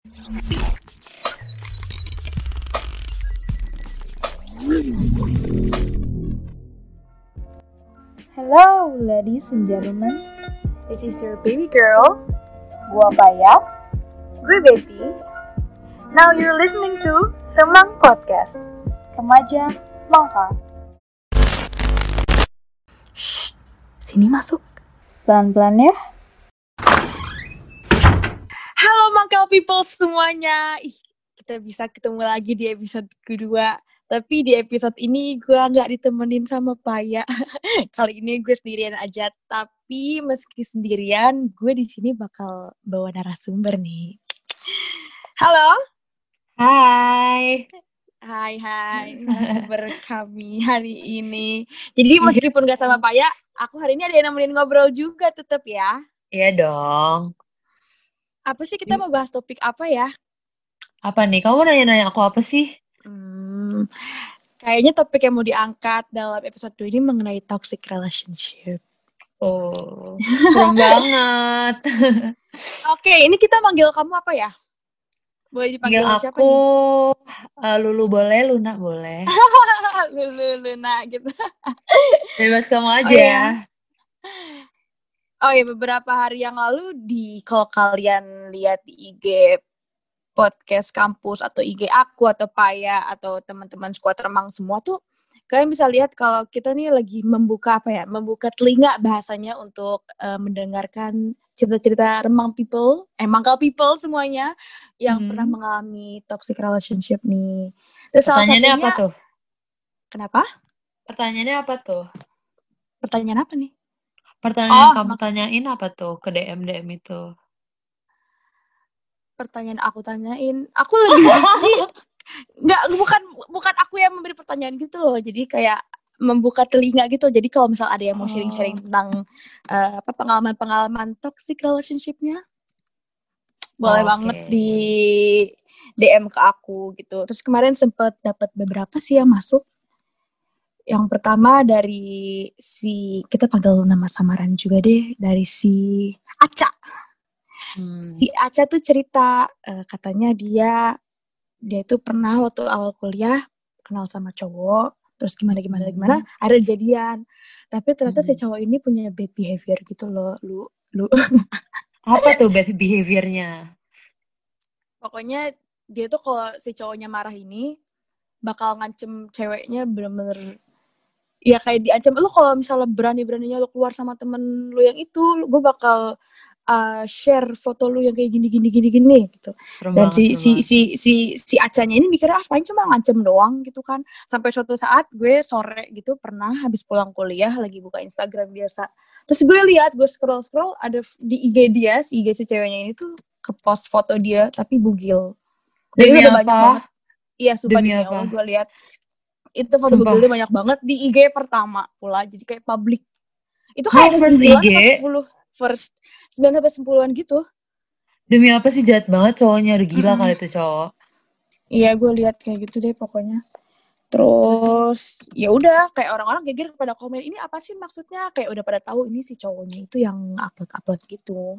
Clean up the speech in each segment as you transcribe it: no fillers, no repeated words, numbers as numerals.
Hello, ladies and gentlemen. This is your baby girl. Gua Paya. Gue Betty. Now you're listening to Remang Podcast. Remaja Mangka. Shh, sini masuk. Pelan-pelan ya. Halo Mangkal people semuanya. Kita bisa ketemu lagi di episode kedua. Tapi di episode ini gue gak ditemenin sama Paya. Kali ini gue sendirian aja. Tapi meski sendirian, gue di sini bakal bawa narasumber nih. Halo. Hai. Hai, narasumber kami hari ini. Jadi meskipun gak sama Paya, aku hari ini ada yang nemenin ngobrol juga tetap ya. Iya dong. Apa sih kita mau bahas topik apa ya? Apa nih? Kamu nanya-nanya aku apa sih? Kayaknya topik yang mau diangkat dalam episode 2 ini mengenai toxic relationship. Oh, serem banget. Oke, ini kita manggil kamu apa ya? Boleh dipanggil Panggil siapa aku nih? Lulu boleh, Luna boleh. Luna gitu. Bebas kamu aja. Oh ya. Oh ya, beberapa hari yang lalu kalau kalian lihat di IG podcast kampus atau IG aku atau Paya atau teman-teman squad Remang semua tuh kalian bisa lihat kalau kita nih lagi membuka telinga bahasanya untuk mendengarkan cerita-cerita Remang people, Mangkal people semuanya yang pernah mengalami toxic relationship nih. Terus Pertanyaannya apa tuh? Kenapa? Pertanyaannya apa tuh? Pertanyaan apa nih? Pertanyaan kamu tanyain apa tuh ke DM itu? Pertanyaan aku tanyain, aku lebih di sini bukan aku yang memberi pertanyaan gitu loh, jadi kayak membuka telinga gitu. Jadi kalau misal ada yang mau sharing tentang pengalaman toxic relationship-nya, boleh banget di DM ke aku gitu. Terus kemarin sempat dapat beberapa sih yang masuk. Yang pertama dari kita panggil nama samaran juga deh, dari si Aca. Si Aca tuh cerita katanya dia itu pernah waktu awal kuliah kenal sama cowok, terus gimana ada jadian, tapi ternyata si cowok ini punya bad behavior gitu loh. Lu apa tuh bad behaviornya? Pokoknya dia tuh kalau si cowoknya marah ini bakal ngancem ceweknya, bener-bener ya kayak diancam, lu kalau misalnya berani-beraninya lu keluar sama temen lu yang itu, gue bakal share foto lu yang kayak gini gitu. Dan si Acanya ini mikirnya paling cuma ngancem doang gitu kan. Sampai suatu saat gue sore gitu pernah habis pulang kuliah lagi buka Instagram biasa. Terus gue scroll ada di IG dia, si IG si ceweknya ini tuh ke-post foto dia tapi bugil. Dan itu udah banyak banget. Iya, sumpah demi Allah gue lihat itu foto bugilnya banyak banget di IG pertama pula, jadi kayak publik. Itu kayak first IG 9-10an gitu. Demi apa sih, jahat banget cowoknya, udah gila kali itu cowok. Iya, gue lihat kayak gitu deh pokoknya. Terus ya udah kayak orang-orang geger pada komen, ini apa sih maksudnya, kayak udah pada tahu ini si cowoknya itu yang upload gitu.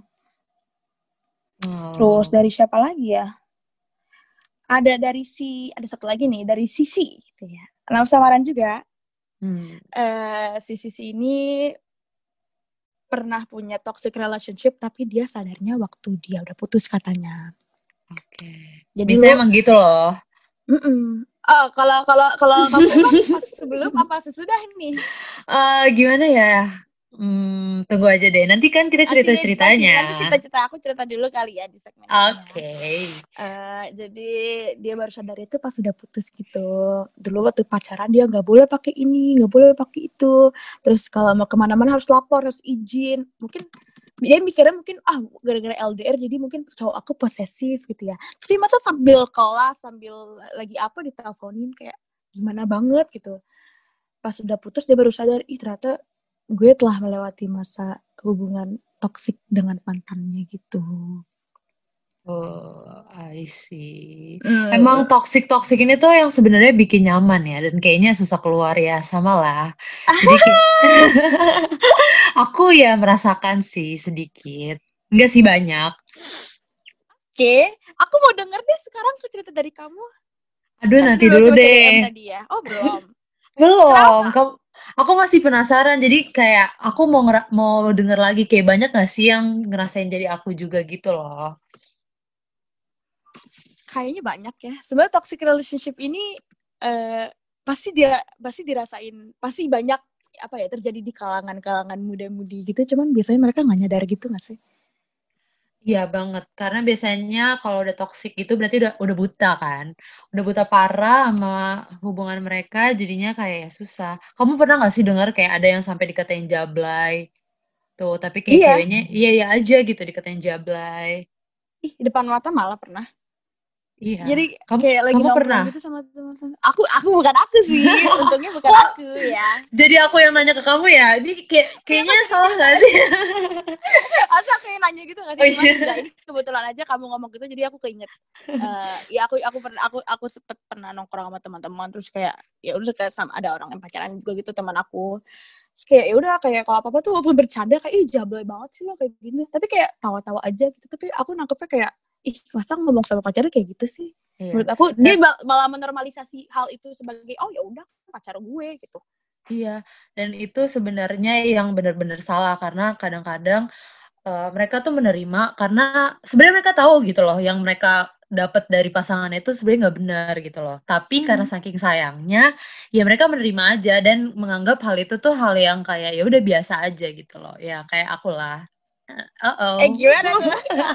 Terus dari siapa lagi ya? Ada satu lagi nih dari Sisi gitu ya. Nama samaran juga. Si Sisi ini pernah punya toxic relationship, tapi dia sadarnya waktu dia udah putus katanya. Oke. Jadi biasanya emang gitu loh. Oh, kalau kamu emang pas sebelum apa sesudah ini? Gimana ya? Tunggu aja deh. Nanti kan kita cerita-ceritanya. Nanti aku cerita dulu kali ya di segmen ini. Oke. Jadi dia baru sadar itu pas udah putus gitu. Dulu waktu pacaran dia nggak boleh pakai ini, nggak boleh pakai itu. Terus kalau mau kemana-mana harus lapor, harus izin. Mungkin dia mikirnya gara-gara LDR jadi mungkin cowok aku posesif gitu ya. Tapi masa sambil kelas, sambil lagi apa diteleponin, kayak gimana banget gitu. Pas udah putus dia baru sadar, ternyata gue telah melewati masa hubungan toksik dengan mantannya gitu. Oh, I see. Emang toksik ini tuh yang sebenarnya bikin nyaman ya, dan kayaknya susah keluar ya, sama lah. Jadi aku ya merasakan sih sedikit, enggak sih banyak. Oke, aku mau denger deh sekarang cerita dari kamu. Aduh, Kan nanti ini baru dulu cuma DM deh. tadi ya. Oh, belum. Belum. Aku masih penasaran. Jadi kayak aku mau denger lagi kayak banyak gak sih yang ngerasain jadi aku juga gitu loh. Kayaknya banyak ya. Sebenarnya toxic relationship ini pasti dirasain, pasti banyak apa ya terjadi di kalangan muda-mudi gitu. Cuman biasanya mereka nggak nyadar gitu nggak sih? Iya banget, karena biasanya kalau udah toxic itu berarti udah buta kan. Udah buta parah sama hubungan mereka jadinya kayak ya susah. Kamu pernah gak sih dengar kayak ada yang sampai dikatain jablay tuh, tapi kayak Iya. ceweknya iya iya aja gitu dikatain jablay. Ih, depan mata malah pernah. Iya. Jadi Kamu kayak lagi kamu pernah? nongkrong gitu sama teman-teman. Aku bukan aku sih. Untungnya bukan Oh, aku ya. jadi aku yang nanya ke kamu ya? Ini Kayak kayaknya aku jadi salah cerita. gak sih? Asa aku yang nanya gitu gak Oh sih? Cuman iya. enggak, ini kebetulan aja kamu ngomong gitu jadi aku keinget. Ya aku pernah aku sempet pernah nongkrong sama teman-teman terus kayak ya udah kayak sama ada orang yang pacaran juga gitu teman aku. Terus kayak ya udah kayak kalau apa-apa tuh walaupun bercanda kayak ih jablay banget sih lo kayak gini. Tapi kayak tawa-tawa aja gitu. Tapi aku nangkepnya kayak ih masa ngomong sama pacarnya kayak gitu sih? Iya. Menurut aku dia malah menormalisasi hal itu sebagai oh ya udah pacar gue gitu. Iya, dan itu sebenarnya yang benar-benar salah karena kadang-kadang mereka tuh menerima karena sebenarnya mereka tahu gitu loh yang mereka dapat dari pasangannya itu sebenarnya nggak benar gitu loh. Tapi karena saking sayangnya, ya mereka menerima aja dan menganggap hal itu tuh hal yang kayak ya udah biasa aja gitu loh. Ya kayak aku lah. Oh. Gimana tuh?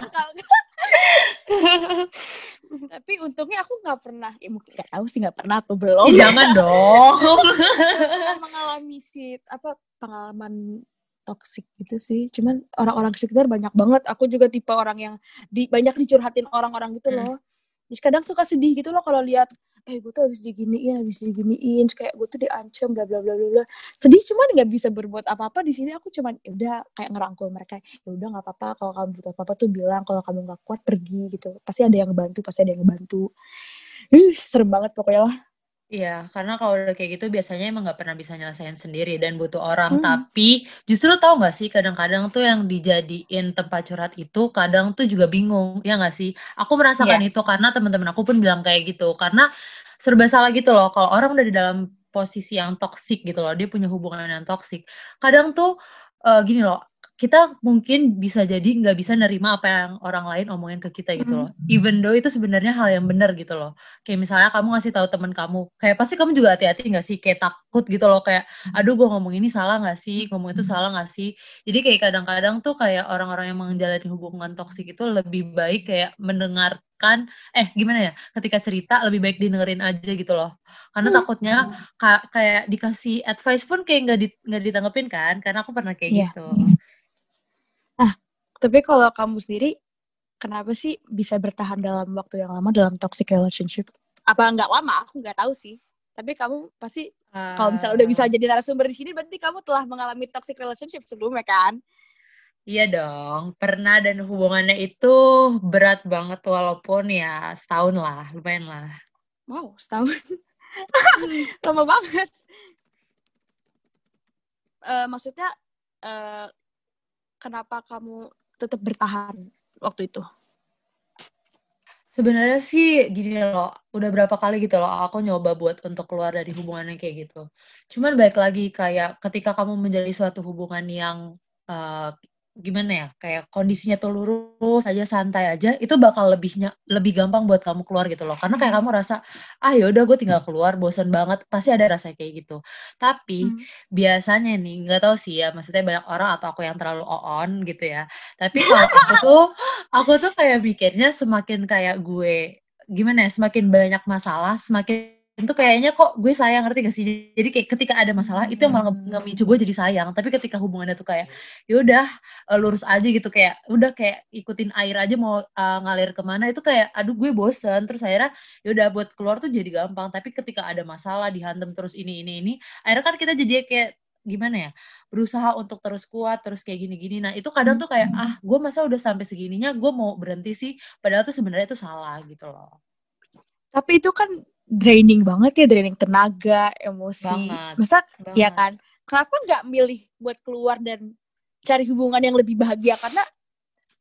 Tapi untungnya aku nggak pernah, ya mungkin nggak tahu sih nggak pernah atau belum. Jangan dong. Nggak pernah mengalami pengalaman toksik gitu sih. Cuman orang-orang sekitar banyak banget. Aku juga tipe orang yang banyak dicurhatin orang-orang gitu loh. Jadi kadang suka sedih gitu loh kalau lihat gue tuh habis diginiin, terus kayak gue tuh diancam bla bla bla bla. Sedih cuman nggak bisa berbuat apa-apa di sini. Aku cuman ya udah kayak ngerangkul mereka. Ya udah nggak apa-apa kalau kamu butuh apa-apa tuh bilang. Kalau kamu nggak kuat pergi gitu. Pasti ada yang ngebantu. Serem banget pokoknya lah. Iya, karena kalau udah kayak gitu biasanya emang nggak pernah bisa nyelesain sendiri dan butuh orang. Tapi justru tahu nggak sih kadang-kadang tuh yang dijadiin tempat curhat itu kadang tuh juga bingung, ya nggak sih? Aku merasakan itu karena teman-teman aku pun bilang kayak gitu. Karena serba salah gitu loh. Kalau orang udah di dalam posisi yang toksik gitu loh, dia punya hubungan yang toksik. Kadang tuh gini loh, kita mungkin bisa jadi nggak bisa nerima apa yang orang lain omongin ke kita gitu loh. Even though itu sebenarnya hal yang benar gitu loh. Kayak misalnya kamu ngasih tahu teman kamu, kayak pasti kamu juga hati-hati nggak sih, kayak takut gitu loh, kayak aduh gue ngomong ini salah nggak sih, ngomong itu salah nggak sih. Jadi kayak kadang-kadang tuh kayak orang-orang yang menjalani hubungan toksik itu lebih baik kayak mendengarkan, gimana ya, ketika cerita lebih baik dengerin aja gitu loh. Karena takutnya kayak dikasih advice pun kayak nggak ditanggepin kan, karena aku pernah kayak gitu. Tapi kalau kamu sendiri, kenapa sih bisa bertahan dalam waktu yang lama dalam toxic relationship? Apa nggak lama? Aku nggak tahu sih. Tapi kamu pasti kalau misalnya udah bisa jadi narasumber di sini, berarti kamu telah mengalami toxic relationship sebelumnya kan? Iya dong, pernah dan hubungannya itu berat banget walaupun ya setahun lah, lumayan lah. Wow, setahun. Lama banget. Maksudnya kenapa kamu tetap bertahan waktu itu? Sebenarnya sih gini loh, udah berapa kali gitu loh aku nyoba buat untuk keluar dari hubungannya kayak gitu. Cuman balik lagi kayak ketika kamu menjalin suatu hubungan yang gimana ya, kayak kondisinya tuh lurus aja, santai aja, itu bakal lebih gampang buat kamu keluar gitu loh. Karena kayak kamu rasa, ya udah gue tinggal keluar, bosan banget, pasti ada rasa kayak gitu. Tapi biasanya nih, nggak tahu sih ya, maksudnya banyak orang atau aku yang terlalu on gitu ya. Tapi kalau aku tuh kayak mikirnya semakin kayak gue gimana ya, semakin banyak masalah, semakin tuh kayaknya kok gue sayang, ngerti gak sih? Jadi kayak ketika ada masalah itu yang malah ngemicu gue jadi sayang. Tapi ketika hubungannya tuh kayak ya udah lurus aja gitu, kayak udah kayak ikutin air aja mau ngalir kemana itu kayak aduh gue bosen. Terus akhirnya ya udah buat keluar tuh jadi gampang. Tapi ketika ada masalah dihantam terus ini, akhirnya kan kita jadi kayak gimana ya, berusaha untuk terus kuat, terus kayak gini-gini. Nah itu kadang tuh kayak gue masa udah sampai segininya gue mau berhenti sih, padahal tuh sebenarnya itu salah gitu loh. Tapi itu kan draining banget ya, draining tenaga, emosi. Banget. Ya kan? Kenapa nggak milih buat keluar dan cari hubungan yang lebih bahagia? Karena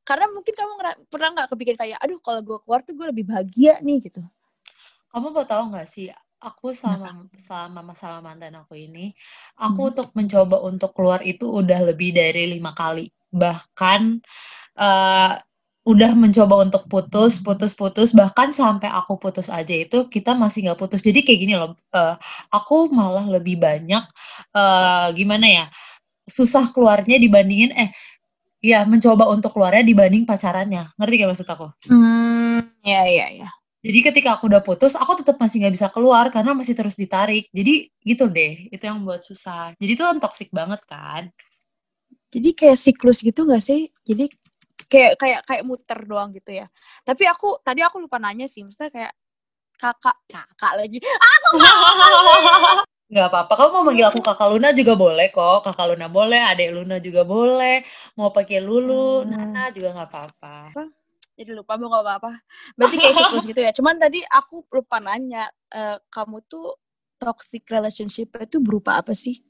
Karena mungkin kamu pernah nggak kepikiran kayak, aduh kalau gue keluar tuh gue lebih bahagia nih gitu. Kamu mau tahu nggak sih, aku Kenapa? sama mantan aku ini, aku untuk mencoba untuk keluar itu udah lebih dari 5 kali. Bahkan eh, udah mencoba untuk putus, bahkan sampai aku putus aja itu kita masih nggak putus. Jadi kayak gini loh, aku malah lebih banyak gimana ya, susah keluarnya dibandingin ya mencoba untuk keluarnya dibanding pacarannya. Ngerti gak maksud aku? Ya, ya, ya. Jadi ketika aku udah putus, aku tetap masih nggak bisa keluar karena masih terus ditarik. Jadi gitu deh, itu yang buat susah. Jadi itu kan toxic banget kan? Jadi kayak siklus gitu nggak sih? Jadi kayak muter doang gitu ya. Tapi tadi aku lupa nanya sih, misalnya kayak kakak lagi. Aku Nggak apa-apa, kamu mau manggil aku Kakak Luna juga boleh kok. Kakak Luna boleh, Adek Luna juga boleh. Mau pakai Lulu, Nana juga nggak apa-apa. jadi lupa mau ngomong apa. Berarti kayak siklus gitu ya. Cuman tadi aku lupa nanya, kamu tuh toxic relationship itu berupa apa sih?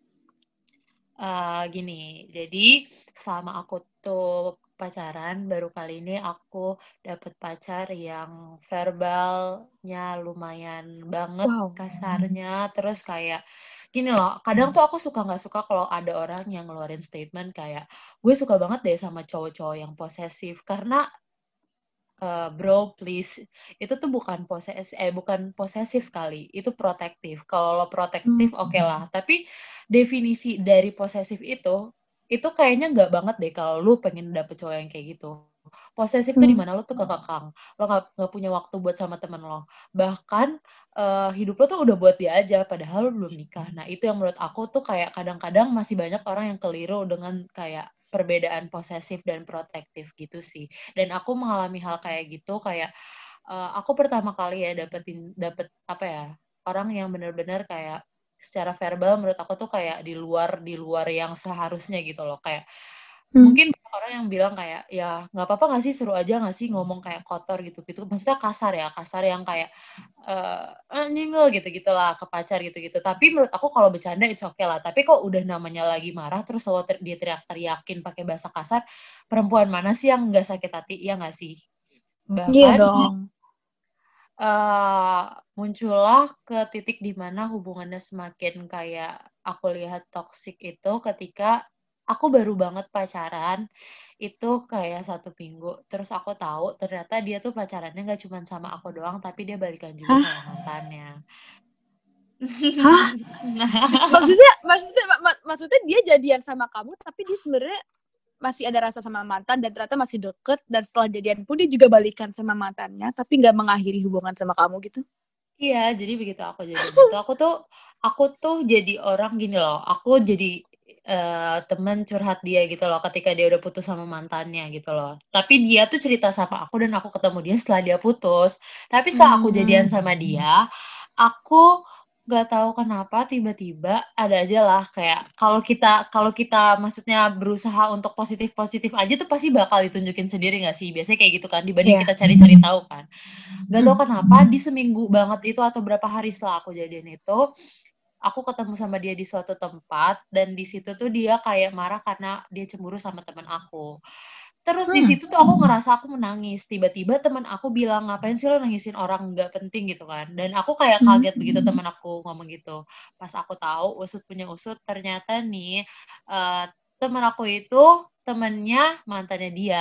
Gini, jadi selama aku tuh pacaran, baru kali ini aku dapet pacar yang verbalnya lumayan banget Wow. kasarnya. Terus kayak gini loh, kadang tuh aku suka nggak suka kalau ada orang yang ngeluarin statement kayak gue suka banget deh sama cowok-cowok yang posesif karena bro please, itu tuh bukan posesif kali, itu protektif. Kalau lo protektif oke lah, tapi definisi dari posesif itu kayaknya nggak banget deh kalau lu pengen dapet cowok yang kayak gitu. Posesif tuh dimana lo tuh kekekang, lo nggak punya waktu buat sama temen lo, bahkan hidup lo tuh udah buat dia aja, padahal lo belum nikah. Nah itu yang menurut aku tuh kayak kadang-kadang masih banyak orang yang keliru dengan kayak perbedaan posesif dan protektif gitu sih. Dan aku mengalami hal kayak gitu, kayak aku pertama kali ya dapet apa ya, orang yang benar-benar kayak secara verbal menurut aku tuh kayak di luar yang seharusnya gitu loh. Kayak mungkin banyak orang yang bilang kayak ya nggak apa-apa nggak sih, seru aja nggak sih ngomong kayak kotor gitu gitu, maksudnya kasar yang kayak anjing lo gitu gitulah ke pacar gitu gitu. Tapi menurut aku kalau bercanda it's okay lah, tapi kok udah namanya lagi marah terus dia teriak-teriakin pakai bahasa kasar, perempuan mana sih yang nggak sakit hati, ya nggak sih? Iya Bahkan dong. muncullah ke titik di mana hubungannya semakin kayak aku lihat toksik itu ketika aku baru banget pacaran itu kayak 1 minggu, terus aku tahu ternyata dia tuh pacarannya nggak cuma sama aku doang, tapi dia balikan juga Hah? sama mantannya. Hah? Maksudnya dia jadian sama kamu, tapi dia sebenarnya masih ada rasa sama mantan dan ternyata masih deket, dan setelah jadian pun dia juga balikan sama mantannya tapi nggak mengakhiri hubungan sama kamu gitu. Iya, jadi begitu aku jadian itu, aku tuh jadi orang gini loh, aku jadi teman curhat dia gitu loh, ketika dia udah putus sama mantannya gitu loh. Tapi dia tuh cerita sama aku dan aku ketemu dia setelah dia putus. Tapi setelah aku jadian sama dia, aku nggak tahu kenapa tiba-tiba ada aja lah kayak kalau kita maksudnya berusaha untuk positif-positif aja tuh pasti bakal ditunjukin sendiri nggak sih? Biasanya kayak gitu kan, dibanding Iya. kita cari-cari tahu kan. Gak tau kenapa di seminggu banget itu atau berapa hari setelah aku jadian itu, aku ketemu sama dia di suatu tempat dan di situ tuh dia kayak marah karena dia cemburu sama teman aku. Terus di situ tuh aku ngerasa aku menangis. Tiba-tiba teman aku bilang, ngapain sih lo nangisin orang nggak penting gitu kan. Dan aku kayak kaget begitu teman aku ngomong gitu. Pas aku tahu usut punya usut, ternyata nih teman aku itu temennya mantannya dia.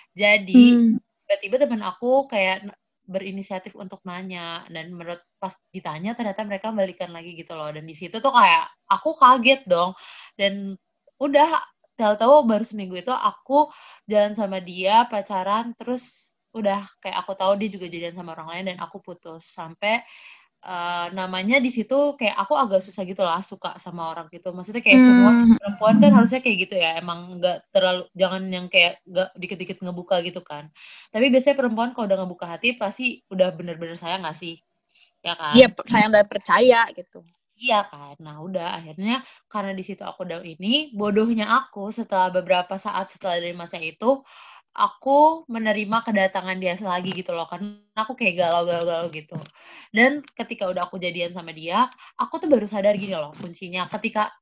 Jadi tiba-tiba teman aku kayak berinisiatif untuk nanya, dan menurut pas ditanya ternyata mereka balikan lagi gitu loh. Dan di situ tuh kayak aku kaget dong. Dan udah tahu-tahu baru seminggu itu aku jalan sama dia, pacaran, terus udah kayak aku tahu dia juga jadian sama orang lain dan aku putus. Sampai namanya di situ kayak aku agak susah gitu lah suka sama orang gitu. Maksudnya kayak semua perempuan kan harusnya kayak gitu ya. Emang nggak terlalu, jangan yang kayak nggak dikit-dikit ngebuka gitu kan. Tapi biasanya perempuan kalau udah ngebuka hati pasti udah bener-bener sayang nggak sih? Ya Dia kan? sayang dan percaya gitu. Iya kan. Nah udah akhirnya karena di situ aku down ini, bodohnya aku setelah beberapa saat setelah dari masa itu, aku menerima kedatangan dia lagi gitu loh, karena aku kayak galau-galau gitu. Dan ketika udah aku jadian sama dia, aku tuh baru sadar gini loh kuncinya, ketika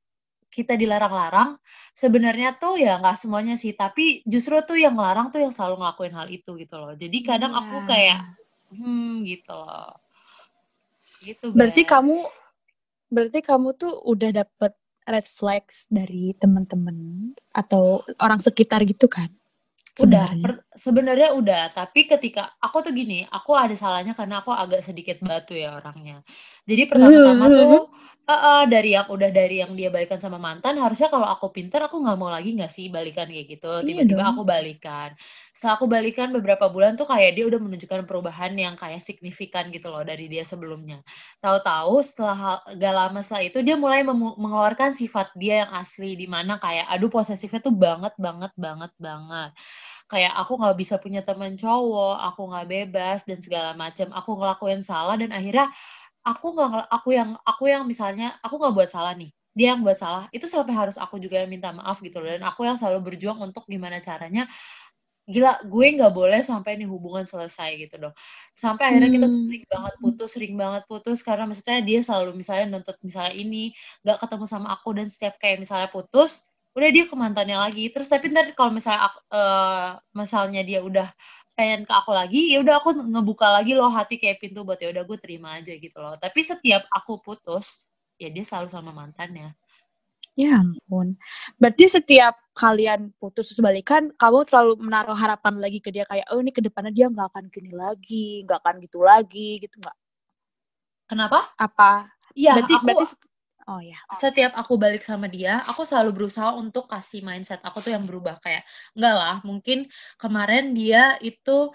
kita dilarang-larang, sebenarnya tuh ya nggak semuanya sih, tapi justru tuh yang ngelarang tuh yang selalu ngelakuin hal itu gitu loh. Jadi kadang Iya. aku kayak, gitu loh. Gitu, Berarti Beb. kamu berarti kamu tuh udah dapet red flags dari teman-teman atau orang sekitar gitu kan? Udah, Sebenarnya. sebenarnya udah, tapi ketika aku tuh gini, aku ada salahnya karena aku agak sedikit batu ya orangnya. Jadi pertama-tama tuh dari yang dia balikan sama mantan, harusnya kalau aku pinter aku nggak mau lagi nggak sih balikan kayak gitu. Iya Tiba-tiba dong. aku balikan. Setelah aku balikan beberapa bulan tuh kayak dia udah menunjukkan perubahan yang kayak signifikan gitu loh dari dia sebelumnya. Tahu-tahu gak lama setelah itu dia mulai mengeluarkan sifat dia yang asli, di mana kayak aduh posesifnya tuh banget banget banget banget, kayak aku nggak bisa punya teman cowok, aku nggak bebas dan segala macam. Aku ngelakuin salah dan akhirnya aku yang misalnya aku nggak buat salah nih, dia yang buat salah, itu sampai harus aku juga yang minta maaf gitu loh. Dan aku yang selalu berjuang untuk gimana caranya, gila gue nggak boleh sampai nih hubungan selesai gitu dong. Sampai akhirnya kita tuh Hmm. sering banget putus karena maksudnya dia selalu misalnya nuntut misalnya ini, nggak ketemu sama aku, dan setiap kayak misalnya putus, udah dia ke mantannya lagi. Terus tapi ntar kalau misalnya misalnya dia udah pengen ke aku lagi, ya udah aku ngebuka lagi loh hati kayak pintu buat ya udah gue terima aja gitu loh. Tapi setiap aku putus, ya dia selalu sama mantannya. Ya ampun. Berarti setiap kalian putus terus balikan, kamu selalu menaruh harapan lagi ke dia kayak, oh ini ke depannya dia nggak akan gini lagi, nggak akan gitu lagi, gitu nggak? Kenapa? Apa? Iya, Berarti, oh ya. setiap aku balik sama dia, aku selalu berusaha untuk kasih mindset aku tuh yang berubah. Kayak, enggak lah, mungkin kemarin dia itu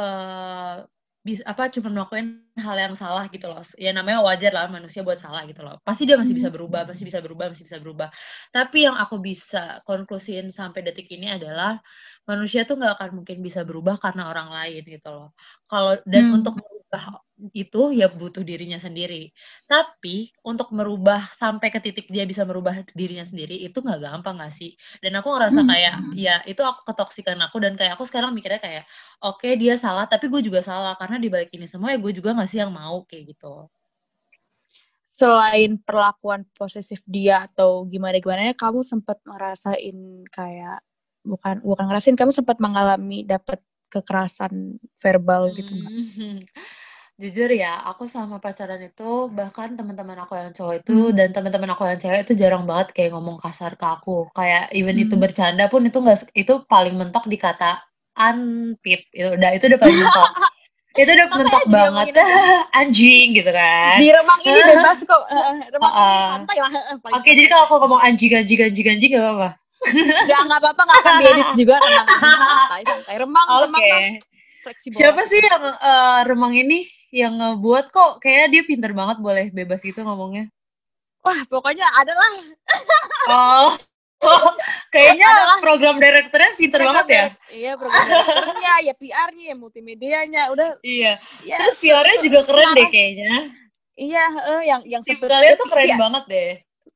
cuma melakukan hal yang salah gitu loh. Ya namanya wajar lah manusia buat salah gitu loh. Pasti dia masih bisa berubah, masih bisa berubah, masih bisa berubah. Tapi yang aku bisa konklusiin sampai detik ini adalah manusia tuh nggak akan mungkin bisa berubah karena orang lain gitu loh. Dan untuk merubah itu ya butuh dirinya sendiri. Tapi untuk merubah sampai ke titik dia bisa merubah dirinya sendiri itu nggak gampang nggak sih? Dan aku ngerasa kayak ya itu ketoksikan aku, dan kayak aku sekarang mikirnya kayak oke dia salah tapi gue juga salah karena di balik ini semua ya gue juga nggak sih yang mau kayak gitu. Selain perlakuan posesif dia atau gimana-gimana, kamu sempat ngerasain kayak, bukan ngerasain, kamu sempat mengalami dapat kekerasan verbal gitu nggak? Jujur ya, aku sama pacaran itu bahkan teman-teman aku yang cowok itu dan teman-teman aku yang cewek itu jarang banget kayak ngomong kasar ke aku. Kayak even itu bercanda pun itu nggak, itu paling mentok di kata anpip. Itu udah paling mentok. Itu udah Santai mentok aja banget. diomongin aja. Anjing gitu kan. Di Remang ini bebas kok. Remang ini Heeh. santai lah. Paling Oke, jadi santai kalau lah. aku ngomong anjing gak apa-apa. Nggak apa-apa, nggak akan diedit juga, tenang aja, santai. Remang Oke. mah fleksibel Siapa lah sih kita. yang Remang ini yang ngebuat kok kayaknya dia pinter banget boleh bebas gitu ngomongnya? Wah, pokoknya adalah Oh, kayaknya program direkturnya pinter banget ya. Iya, program direkturnya, ya PR-nya, ya multimedianya, udah. Iya. Ya, Terus PR-nya juga keren deh kayaknya. Iya, yang Tim sempet kalian ya, tuh keren banget deh.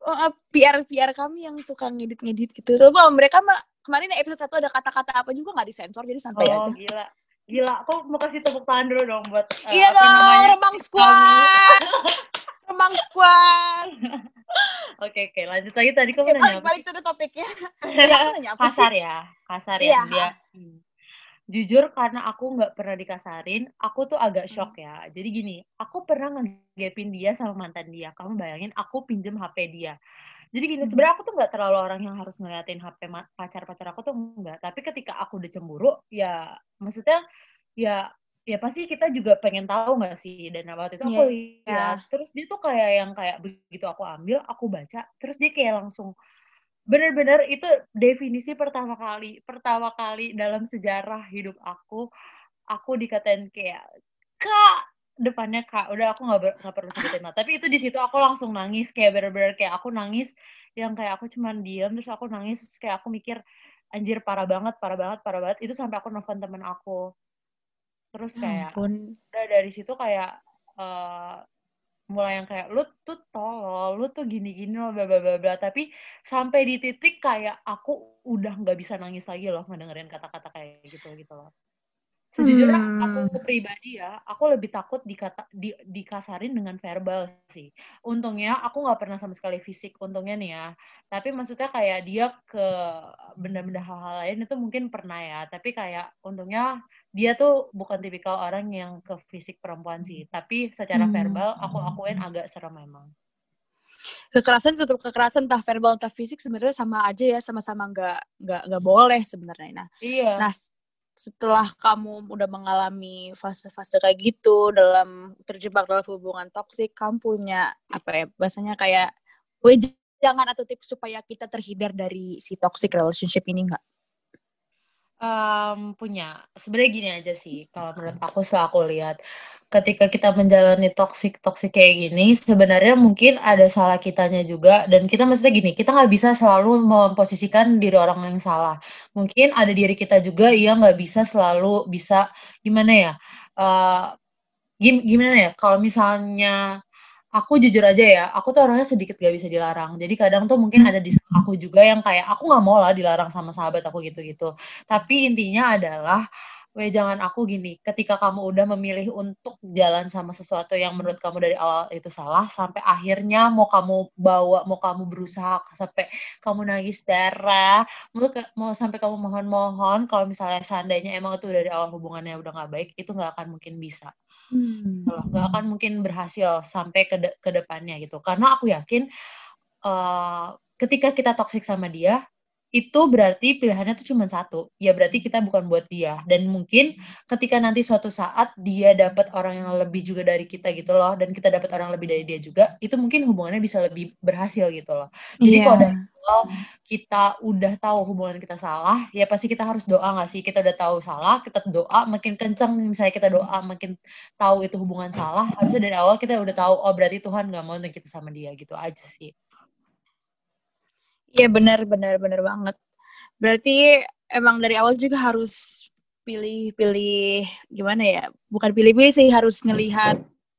PR kami yang suka ngedit-ngedit gitu. Coba mereka mah kemarin episode 1 ada kata-kata apa juga nggak disensor, jadi santai Oh, aja. gila. Gila, aku mau kasih tepuk tangan dulu dong buat Iya apa dong, namanya? Remang Kamu. Squad. Remang Squad. Oke, lanjut lagi, tadi kamu Oke, nanya apa balik sih? ke topiknya. Ya, aku nanya apa sih? Kasar ya Iya. dia. Jujur karena aku nggak pernah dikasarin, aku tuh agak shock ya. Jadi gini, aku pernah ngegapin dia sama mantan dia. Kamu bayangin, aku pinjem HP dia. Jadi gini, sebenarnya aku tuh nggak terlalu orang yang harus ngeliatin HP pacar-pacar aku tuh enggak. Tapi ketika aku udah cemburu, ya maksudnya ya pasti kita juga pengen tahu nggak sih. Dan waktu itu aku lihat, terus dia tuh kayak yang kayak begitu aku ambil, aku baca, terus dia kayak langsung bener-bener itu definisi pertama kali dalam sejarah hidup aku dikatain kayak Kak, depannya Kak, udah aku nggak perlu sebutin lah. Tapi itu di situ aku langsung nangis, kayak bener-bener kayak aku nangis yang kayak aku cuman diam, terus aku nangis, terus kayak aku mikir anjir parah banget itu sampai aku nelfon temen aku. Terus kayak udah dari situ kayak mulai yang kayak lu tuh tolol, lu tuh gini-gini loh, bla bla bla bla. Tapi sampai di titik kayak aku udah nggak bisa nangis lagi loh ngedengerin kata-kata kayak gitu loh. Sejujurnya Hmm. aku pribadi ya, aku lebih takut dikasarin dengan verbal sih. Untungnya aku nggak pernah sama sekali fisik, untungnya nih ya. Tapi maksudnya kayak dia ke benda-benda hal-hal lain itu mungkin pernah ya. Tapi kayak untungnya dia tuh bukan tipikal orang yang ke fisik perempuan sih. Tapi secara verbal aku akuin agak serem memang. Kekerasan itu tetap kekerasan, entah verbal entah fisik sebenarnya sama aja ya, sama-sama nggak boleh sebenarnya. Iya. Nah, setelah kamu udah mengalami fase-fase kayak gitu terjebak dalam hubungan toksik, kamu punya apa ya bahasanya kayak jangan atau tips supaya kita terhindar dari si toxic relationship ini nggak? Punya. Sebenarnya gini aja sih, kalau menurut aku setelah aku lihat, ketika kita menjalani toxic kayak gini, sebenarnya mungkin ada salah kitanya juga, dan kita maksudnya gini, kita nggak bisa selalu memposisikan diri orang yang salah. Mungkin ada diri kita juga yang nggak bisa selalu bisa, gimana ya, gimana ya, kalau misalnya aku jujur aja ya, aku tuh orangnya sedikit gak bisa dilarang. Jadi kadang tuh mungkin ada di aku juga yang kayak, aku nggak mau lah dilarang sama sahabat aku gitu-gitu. Tapi intinya adalah, jangan aku gini, ketika kamu udah memilih untuk jalan sama sesuatu yang menurut kamu dari awal itu salah, sampai akhirnya mau kamu bawa, mau kamu berusaha sampai kamu nangis darah, mau sampai kamu mohon-mohon, kalau misalnya seandainya emang itu dari awal hubungannya udah nggak baik, itu nggak akan mungkin bisa. Nggak akan mungkin berhasil sampai ke depannya gitu. Karena aku yakin ketika kita toksik sama dia, itu berarti pilihannya tuh cuma satu. Ya berarti kita bukan buat dia. Dan mungkin ketika nanti suatu saat dia dapat orang yang lebih juga dari kita gitu loh, dan kita dapat orang lebih dari dia juga, itu mungkin hubungannya bisa lebih berhasil gitu loh. Jadi kalau dari awal kita udah tahu hubungan kita salah, ya pasti kita harus doa nggak sih? Kita udah tahu salah, kita doa makin kencang. Misalnya kita doa makin tahu itu hubungan salah, harusnya dari awal kita udah tahu, oh berarti Tuhan nggak mau untuk kita sama dia gitu aja sih. Iya benar banget. Berarti emang dari awal juga harus pilih gimana ya? Bukan pilih-pilih sih, harus ngelihat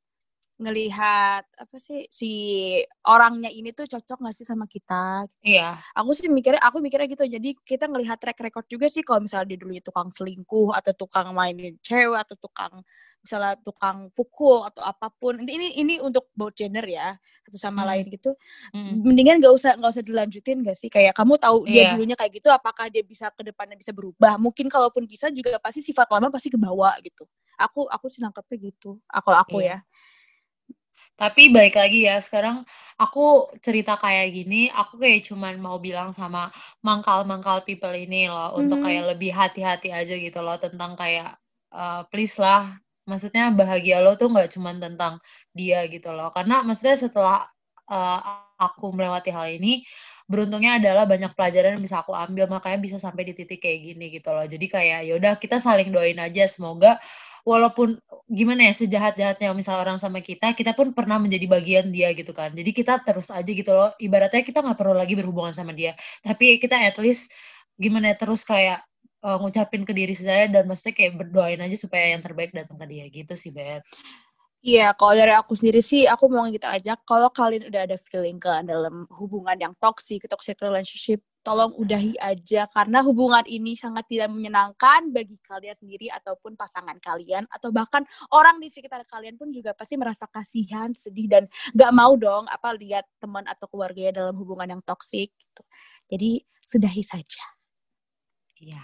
apa sih si orangnya ini tuh cocok nggak sih sama kita? Iya. Aku mikirnya gitu. Jadi kita ngelihat track record juga sih, kalau misalnya dia dulu tukang selingkuh atau tukang mainin cewek atau misalnya tukang pukul atau apapun. Ini untuk both gender ya, satu sama lain gitu. Mendingan nggak usah dilanjutin nggak sih? Kayak kamu tahu dia dulunya kayak gitu, apakah dia bisa ke depannya bisa berubah? Mungkin kalaupun bisa juga pasti sifat lama pasti kebawa gitu. Aku sih nangkepnya gitu. Aku ya. Tapi balik lagi ya, sekarang aku cerita kayak gini, aku kayak cuman mau bilang sama mangkal-mangkal people ini loh, untuk kayak lebih hati-hati aja gitu loh, tentang kayak, please lah, maksudnya bahagia lo tuh nggak cuman tentang dia gitu loh. Karena maksudnya setelah, aku melewati hal ini, beruntungnya adalah banyak pelajaran yang bisa aku ambil, makanya bisa sampai di titik kayak gini gitu loh. Jadi kayak, ya udah kita saling doain aja, semoga walaupun gimana ya, sejahat-jahatnya misal orang sama kita pun pernah menjadi bagian dia gitu kan. Jadi kita terus aja gitu loh, ibaratnya kita nggak perlu lagi berhubungan sama dia. Tapi kita at least gimana ya, terus kayak ngucapin ke diri sendiri dan maksudnya kayak berdoain aja supaya yang terbaik datang ke dia gitu sih, Beb. Iya, kalau dari aku sendiri sih, aku mau gitu aja. Kalau kalian udah ada feeling ke dalam hubungan yang toxic relationship, tolong udahi aja. Karena hubungan ini sangat tidak menyenangkan bagi kalian sendiri ataupun pasangan kalian. Atau bahkan orang di sekitar kalian pun juga pasti merasa kasihan, sedih, dan gak mau dong lihat teman atau keluarganya dalam hubungan yang toxic. Gitu. Jadi, sudahi saja. Iya.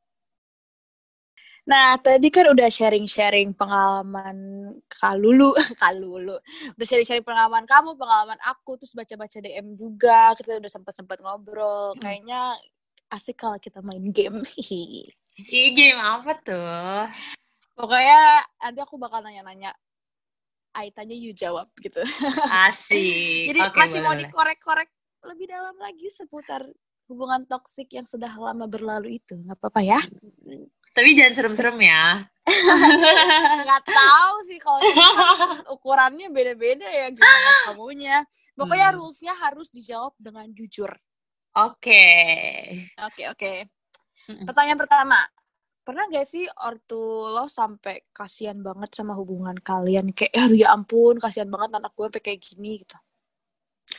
Nah, tadi kan udah sharing-sharing pengalaman Kak Lulu. Udah sharing-sharing pengalaman kamu, pengalaman aku, terus baca-baca DM juga. Kita udah sempat ngobrol. Kayaknya asik kalau kita main game. Ih, game apa tuh? Pokoknya nanti aku bakal nanya-nanya. Aitanya you jawab gitu. Asik. Jadi Oke, masih mau boleh. dikorek-korek lebih dalam lagi seputar hubungan toksik yang sudah lama berlalu itu. Nggak apa-apa ya? Tapi jangan serem-serem ya. Nggak tahu sih, kalau kan ukurannya beda-beda ya gimana kamunya. Pokoknya rules-nya harus dijawab dengan jujur. Oke. Pertanyaan pertama. Pernah gak sih ortu lo sampai kasihan banget sama hubungan kalian? Kayak, ya ampun, kasihan banget anak gue sampai kayak gini gitu.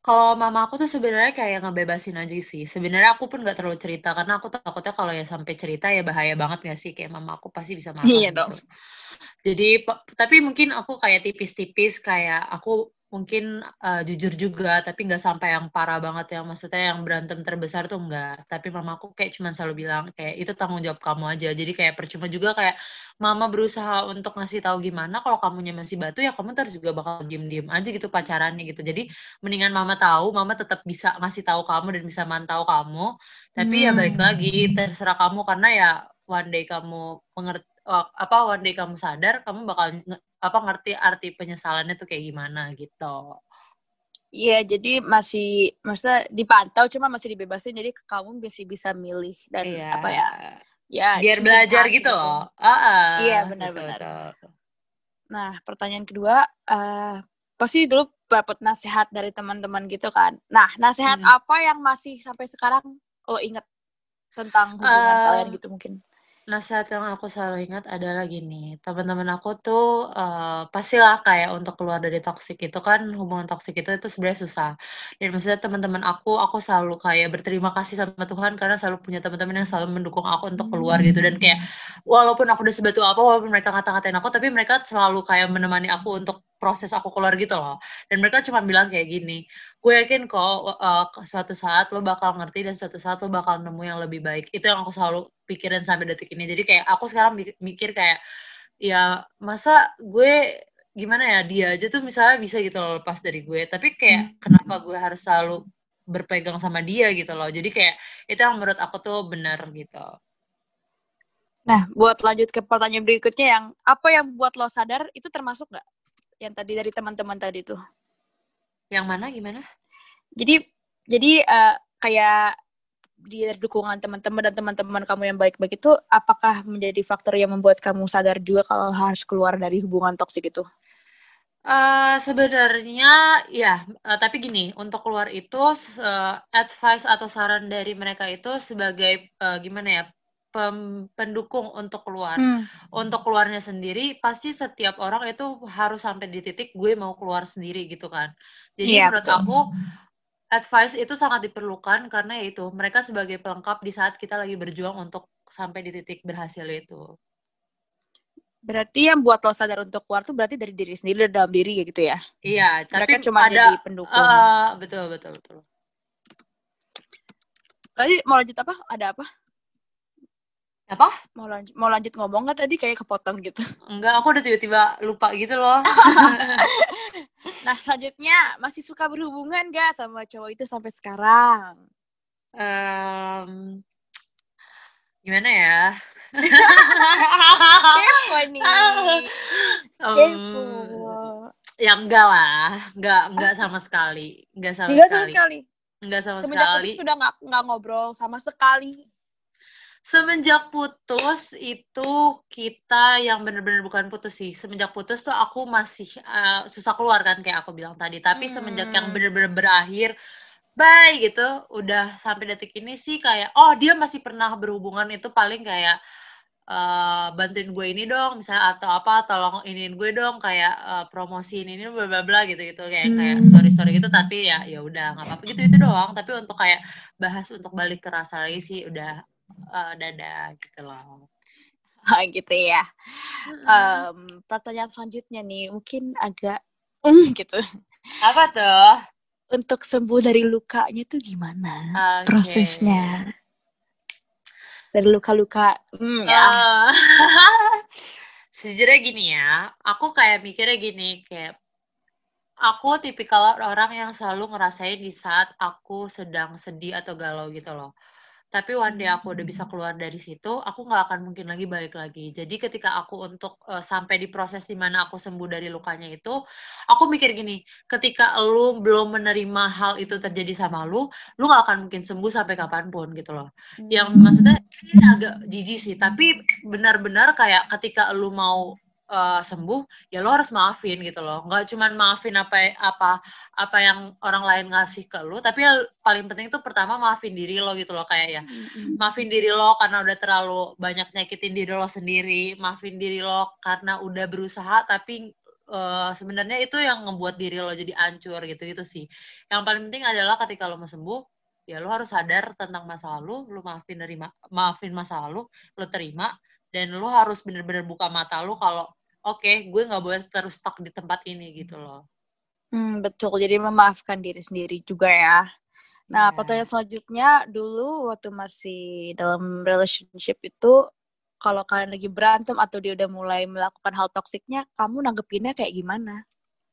Kalau mama aku tuh sebenarnya kayak ngebebasin aja sih. Sebenarnya aku pun nggak terlalu cerita karena aku takutnya kalau ya sampai cerita ya bahaya banget nggak sih? Kayak mama aku pasti bisa marah Iya dong. gitu. Jadi tapi mungkin aku kayak tipis-tipis kayak aku mungkin jujur juga tapi nggak sampai yang parah banget yang maksudnya yang berantem terbesar tuh enggak. Tapi mamaku kayak cuma selalu bilang kayak itu tanggung jawab kamu aja. Jadi kayak percuma juga kayak mama berusaha untuk ngasih tahu gimana kalau kamunya masih batu ya kamu ntar juga bakal diem-diem aja gitu pacarannya gitu. Jadi mendingan mama tahu, mama tetap bisa ngasih tahu kamu dan bisa mantau kamu. Tapi ya balik lagi terserah kamu karena ya one day kamu mengerti one day kamu sadar kamu bakal ngerti arti penyesalannya tuh kayak gimana gitu. Iya, jadi maksudnya dipantau, cuma masih dibebasin, jadi kamu masih bisa milih dan Iya. ya Biar choosing belajar path gitu gitu. loh. Iya, Betul. benar-benar. Nah, pertanyaan kedua, pasti dulu dapat nasihat dari teman-teman gitu kan. Nah, nasihat apa yang masih sampai sekarang lo inget tentang hubungan kalian gitu mungkin? Nasihat yang aku selalu ingat adalah gini, teman-teman aku tuh pastilah kayak untuk keluar dari toksik itu kan hubungan toksik itu sebenarnya susah. Dan maksudnya teman-teman aku selalu kayak berterima kasih sama Tuhan karena selalu punya teman-teman yang selalu mendukung aku untuk keluar gitu dan kayak walaupun aku udah sebatu apa, walaupun mereka ngata-ngatain aku, tapi mereka selalu kayak menemani aku untuk proses aku keluar gitu loh. Dan mereka cuma bilang kayak gini, gue yakin kok suatu saat lo bakal ngerti dan suatu saat lo bakal nemu yang lebih baik. Itu yang aku selalu pikirin sampai detik ini. Jadi kayak aku sekarang mikir kayak ya masa gue gimana ya dia aja tuh misalnya bisa gitu loh lepas dari gue. Tapi kayak kenapa gue harus selalu berpegang sama dia gitu loh. Jadi kayak itu yang menurut aku tuh benar gitu. Nah, buat lanjut ke pertanyaan berikutnya yang apa yang buat lo sadar itu termasuk nggak? Yang tadi dari teman-teman tadi tuh. Yang mana gimana? Jadi kayak dari dukungan teman-teman dan teman-teman kamu yang baik-baik itu apakah menjadi faktor yang membuat kamu sadar juga kalau harus keluar dari hubungan toksik itu? Sebenarnya ya, tapi gini, untuk keluar itu advice atau saran dari mereka itu sebagai gimana ya, pendukung untuk keluar. Untuk keluarnya sendiri, pasti setiap orang itu harus sampai di titik gue mau keluar sendiri gitu kan. Jadi Iya, menurut betul. aku advice itu sangat diperlukan karena ya itu mereka sebagai pelengkap di saat kita lagi berjuang untuk sampai di titik berhasil itu. Berarti yang buat lo sadar untuk keluar tuh berarti dari diri sendiri, dari dalam diri gitu ya? Iya, tapi mereka cuma ada jadi pendukung. Betul. Tadi mau lanjut apa? Ada apa? Apa? Mau lanjut ngomong nggak tadi kayak kepotong gitu? Enggak, aku udah tiba-tiba lupa gitu loh. Nah, selanjutnya masih suka berhubungan gak sama cowok itu sampai sekarang? Gimana ya? Kepo nih. Kepo. Ya enggak lah, enggak sama sekali, enggak sama sekali. Semenjak putus sudah nggak ngobrol sama sekali. Semenjak putus itu kita yang benar-benar bukan putus sih. Semenjak putus tuh aku masih susah keluar kan kayak aku bilang tadi. Tapi semenjak yang benar-benar berakhir, bye gitu, udah sampai detik ini sih kayak dia masih pernah berhubungan itu paling kayak bantuin gue ini dong misalnya atau apa tolong iniin gue dong kayak promosiin ini bla bla bla gitu kayak sorry gitu tapi ya udah nggak apa-apa gitu itu doang tapi untuk kayak bahas untuk balik ke rasa lagi sih udah dadah gitu loh. Gitu ya. Pertanyaan selanjutnya nih mungkin agak gitu. Apa tuh? Untuk sembuh dari lukanya tuh gimana prosesnya? Dari luka-luka ya. Sejujurnya gini ya, aku kayak mikirnya gini, kayak aku tipikal orang yang selalu ngerasain di saat aku sedang sedih atau galau gitu loh. Tapi one day aku udah bisa keluar dari situ, aku nggak akan mungkin lagi balik lagi. Jadi ketika aku untuk sampai di proses dimana aku sembuh dari lukanya itu, aku mikir gini, ketika lu belum menerima hal itu terjadi sama lu nggak akan mungkin sembuh sampai kapanpun gitu loh. Yang maksudnya ini agak jijik sih, tapi benar-benar kayak ketika lu mau sembuh, ya lo harus maafin gitu loh. Nggak cuman maafin apa yang orang lain ngasih ke lu, tapi yang paling penting itu pertama maafin diri lo gitu loh kayak ya. Maafin diri lo karena udah terlalu banyak nyakitin diri lo sendiri, maafin diri lo karena udah berusaha tapi sebenarnya itu yang ngebuat diri lo jadi hancur gitu sih. Yang paling penting adalah ketika lo mau sembuh, ya lo harus sadar tentang masa lalu, lo maafin masa lalu, lo terima, dan lo harus bener-bener buka mata lo kalau oke, gue nggak boleh terus stuck di tempat ini gitu loh. Betul. Jadi memaafkan diri sendiri juga ya. Nah, Iya. pertanyaan selanjutnya, dulu waktu masih dalam relationship itu, kalau kalian lagi berantem atau dia udah mulai melakukan hal toksiknya, kamu nanggepinnya kayak gimana?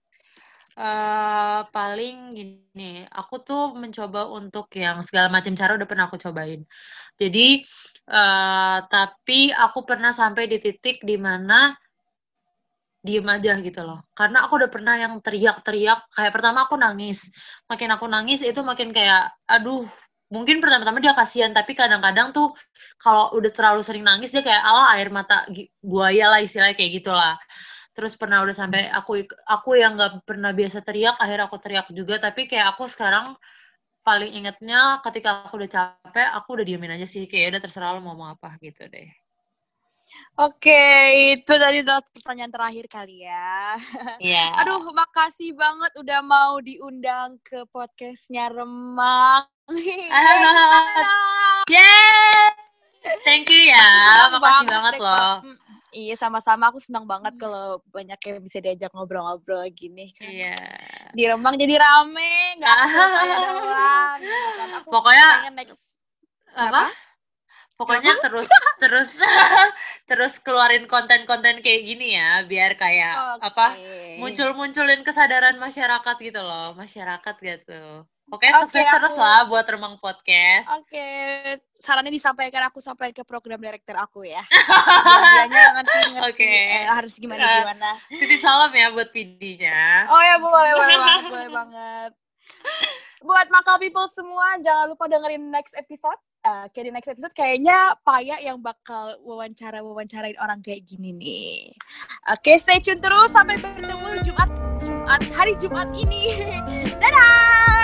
Paling gini, aku tuh mencoba untuk yang segala macam cara udah pernah aku cobain. Jadi, tapi aku pernah sampai di titik di mana diem aja gitu loh. Karena aku udah pernah yang teriak-teriak, kayak pertama aku nangis. Makin aku nangis itu makin kayak, aduh, mungkin pertama-tama dia kasihan, tapi kadang-kadang tuh kalau udah terlalu sering nangis dia kayak air mata buaya lah istilahnya kayak gitulah. Terus pernah udah sampai aku yang nggak pernah biasa teriak, akhirnya aku teriak juga. Tapi kayak aku sekarang paling ingetnya ketika aku udah capek, aku udah diemin aja sih. Kayak udah terserah lo mau ngomong apa gitu deh. Oke, itu tadi adalah pertanyaan terakhir kali ya. Iya. Aduh, makasih banget udah mau diundang ke podcastnya Remang. Yeay! Thank you ya, makasih banget deh, loh. Iya, sama-sama. Aku senang banget kalau banyak yang bisa diajak ngobrol-ngobrol gini kan. Iya. Di Rembang jadi rame, nggak aku sama Paya doang. Gitu kan. Aku Pokoknya pengen next. apa? Pokoknya terus keluarin konten-konten kayak gini ya, biar kayak muncul-munculin kesadaran masyarakat gitu loh, masyarakat gitu. Oke, sukses terus lah buat Remang Podcast. Oke, sarannya disampaikan, aku sampaikan ke program director aku ya. Dianya ngerti harus gimana. Titip salam ya buat PD-nya. Oh ya, boleh banget. Buat Makal People semua, jangan lupa dengerin next episode. Kayak di next episode kayaknya Paya yang bakal wawancarain orang kayak gini nih. Oke, stay tune terus sampai bertemu hari Jumat ini. Dadah.